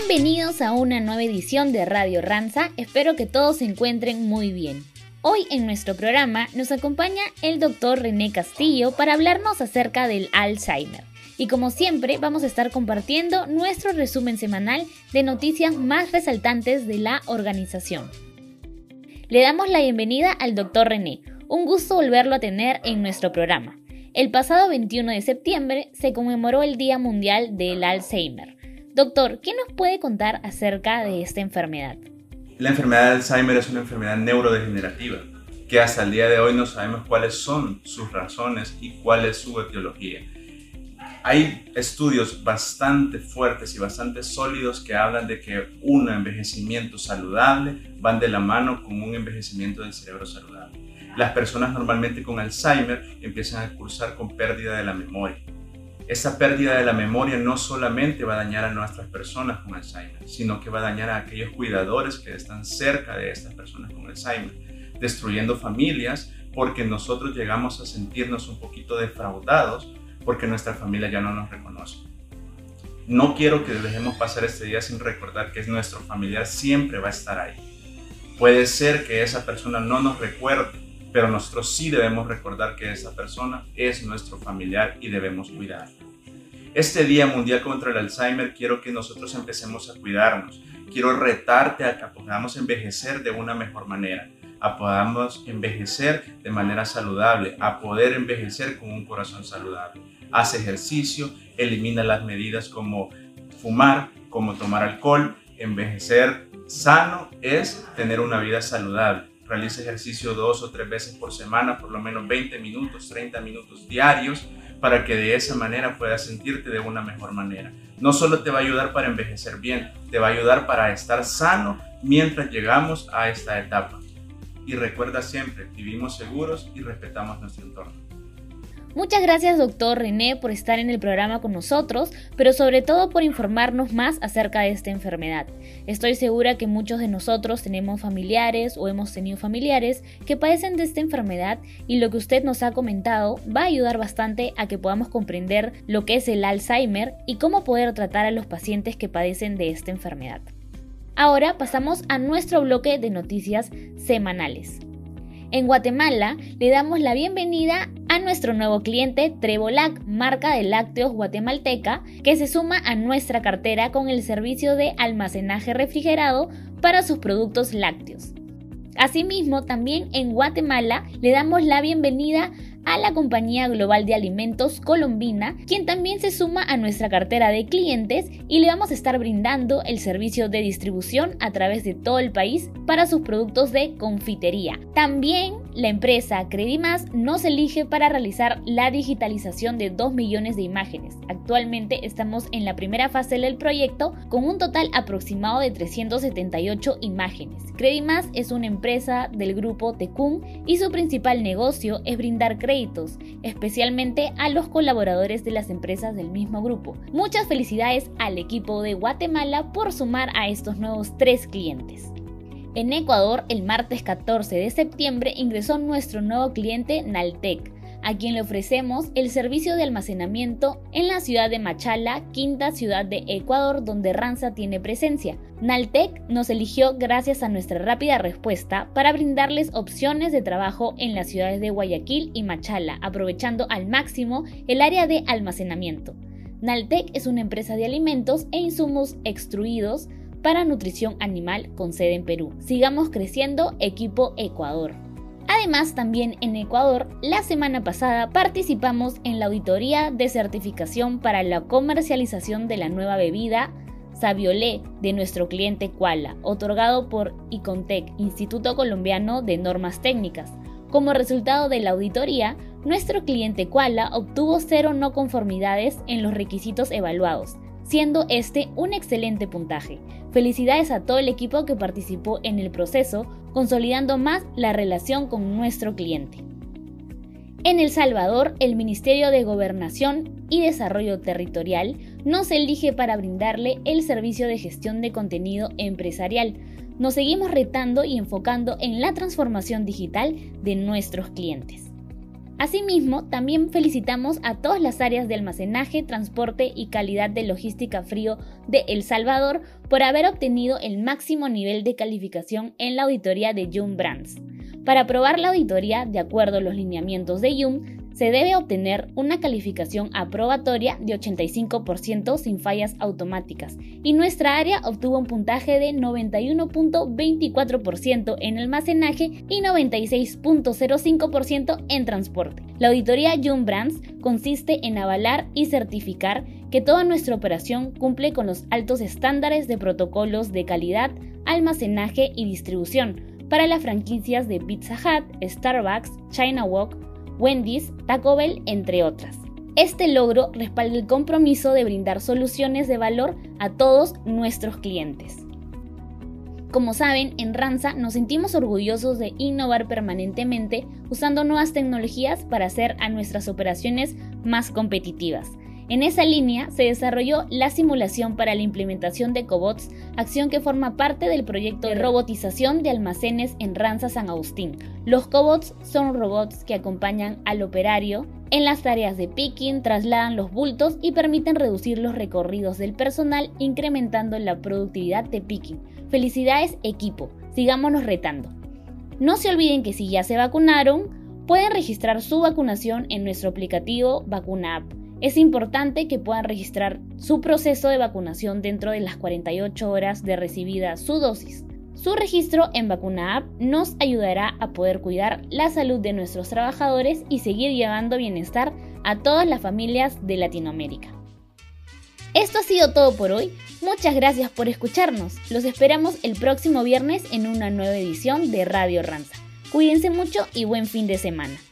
Bienvenidos a una nueva edición de Radio Ranza, espero que todos se encuentren muy bien. Hoy en nuestro programa nos acompaña el Dr. René Castillo para hablarnos acerca del Alzheimer. Y como siempre vamos a estar compartiendo nuestro resumen semanal de noticias más resaltantes de la organización. Le damos la bienvenida al Dr. René, un gusto volverlo a tener en nuestro programa. El pasado 21 de septiembre se conmemoró el Día Mundial del Alzheimer. Doctor, ¿qué nos puede contar acerca de esta enfermedad? La enfermedad de Alzheimer es una enfermedad neurodegenerativa que hasta el día de hoy no sabemos cuáles son sus razones y cuál es su etiología. Hay estudios bastante fuertes y bastante sólidos que hablan de que un envejecimiento saludable van de la mano con un envejecimiento del cerebro saludable. Las personas normalmente con Alzheimer empiezan a cursar con pérdida de la memoria. Esa pérdida de la memoria no solamente va a dañar a nuestras personas con Alzheimer, sino que va a dañar a aquellos cuidadores que están cerca de estas personas con Alzheimer, destruyendo familias porque nosotros llegamos a sentirnos un poquito defraudados porque nuestra familia ya no nos reconoce. No quiero que dejemos pasar este día sin recordar que nuestro familiar siempre va a estar ahí. Puede ser que esa persona no nos recuerde, pero nosotros sí debemos recordar que esa persona es nuestro familiar y debemos cuidarlo. Este Día Mundial contra el Alzheimer quiero que nosotros empecemos a cuidarnos. Quiero retarte a que podamos envejecer de una mejor manera, a podamos envejecer de manera saludable, a poder envejecer con un corazón saludable. Haz ejercicio, elimina las medidas como fumar, como tomar alcohol. Envejecer sano es tener una vida saludable. Realiza ejercicio 2 o 3 veces por semana, por lo menos 20 minutos, 30 minutos diarios, para que de esa manera puedas sentirte de una mejor manera. No solo te va a ayudar para envejecer bien, te va a ayudar para estar sano mientras llegamos a esta etapa. Y recuerda siempre, vivimos seguros y respetamos nuestro entorno. Muchas gracias, doctor René, por estar en el programa con nosotros, pero sobre todo por informarnos más acerca de esta enfermedad. Estoy segura que muchos de nosotros tenemos familiares o hemos tenido familiares que padecen de esta enfermedad y lo que usted nos ha comentado va a ayudar bastante a que podamos comprender lo que es el Alzheimer y cómo poder tratar a los pacientes que padecen de esta enfermedad. Ahora pasamos a nuestro bloque de noticias semanales. En Guatemala le damos la bienvenida a nuestro nuevo cliente Trevolac, marca de lácteos guatemalteca, que se suma a nuestra cartera con el servicio de almacenaje refrigerado para sus productos lácteos. Asimismo, también en Guatemala le damos la bienvenida a la Compañía Global de Alimentos Colombina, quien también se suma a nuestra cartera de clientes y le vamos a estar brindando el servicio de distribución a través de todo el país para sus productos de confitería. También la empresa Credimás nos elige para realizar la digitalización de 2 millones de imágenes. Actualmente estamos en la primera fase del proyecto con un total aproximado de 378 imágenes. Credimás es una empresa del grupo Tecún y su principal negocio es brindar créditos, especialmente a los colaboradores de las empresas del mismo grupo. Muchas felicidades al equipo de Guatemala por sumar a estos nuevos 3 clientes. En Ecuador, el martes 14 de septiembre ingresó nuestro nuevo cliente Naltec, a quien le ofrecemos el servicio de almacenamiento en la ciudad de Machala, quinta ciudad de Ecuador donde Ranza tiene presencia. Naltec nos eligió gracias a nuestra rápida respuesta para brindarles opciones de trabajo en las ciudades de Guayaquil y Machala, aprovechando al máximo el área de almacenamiento. Naltec es una empresa de alimentos e insumos extruidos para nutrición animal con sede en Perú. Sigamos creciendo, equipo Ecuador. Además, también en Ecuador, la semana pasada participamos en la auditoría de certificación para la comercialización de la nueva bebida Saviolé de nuestro cliente Quala, otorgado por Icontec, Instituto Colombiano de Normas Técnicas. Como resultado de la auditoría, nuestro cliente Quala obtuvo 0 no conformidades en los requisitos evaluados, siendo este un excelente puntaje. Felicidades a todo el equipo que participó en el proceso, consolidando más la relación con nuestro cliente. En El Salvador, el Ministerio de Gobernación y Desarrollo Territorial nos elige para brindarle el servicio de gestión de contenido empresarial. Nos seguimos retando y enfocando en la transformación digital de nuestros clientes. Asimismo, también felicitamos a todas las áreas de almacenaje, transporte y calidad de logística frío de El Salvador por haber obtenido el máximo nivel de calificación en la auditoría de Yum Brands. Para aprobar la auditoría, de acuerdo a los lineamientos de Yum, se debe obtener una calificación aprobatoria de 85% sin fallas automáticas, y nuestra área obtuvo un puntaje de 91.24% en almacenaje y 96.05% en transporte. La auditoría Yum Brands consiste en avalar y certificar que toda nuestra operación cumple con los altos estándares de protocolos de calidad, almacenaje y distribución para las franquicias de Pizza Hut, Starbucks, China Walk, Wendy's, Taco Bell, entre otras. Este logro respalda el compromiso de brindar soluciones de valor a todos nuestros clientes. Como saben, en Ranza nos sentimos orgullosos de innovar permanentemente usando nuevas tecnologías para hacer a nuestras operaciones más competitivas. En esa línea se desarrolló la simulación para la implementación de cobots, acción que forma parte del proyecto de robotización de almacenes en Ranza San Agustín. Los cobots son robots que acompañan al operario en las tareas de picking, trasladan los bultos y permiten reducir los recorridos del personal, incrementando la productividad de picking. Felicidades, equipo, sigámonos retando. No se olviden que si ya se vacunaron, pueden registrar su vacunación en nuestro aplicativo Vacuna App. Es importante que puedan registrar su proceso de vacunación dentro de las 48 horas de recibida su dosis. Su registro en Vacuna App nos ayudará a poder cuidar la salud de nuestros trabajadores y seguir llevando bienestar a todas las familias de Latinoamérica. Esto ha sido todo por hoy. Muchas gracias por escucharnos. Los esperamos el próximo viernes en una nueva edición de Radio Ranza. Cuídense mucho y buen fin de semana.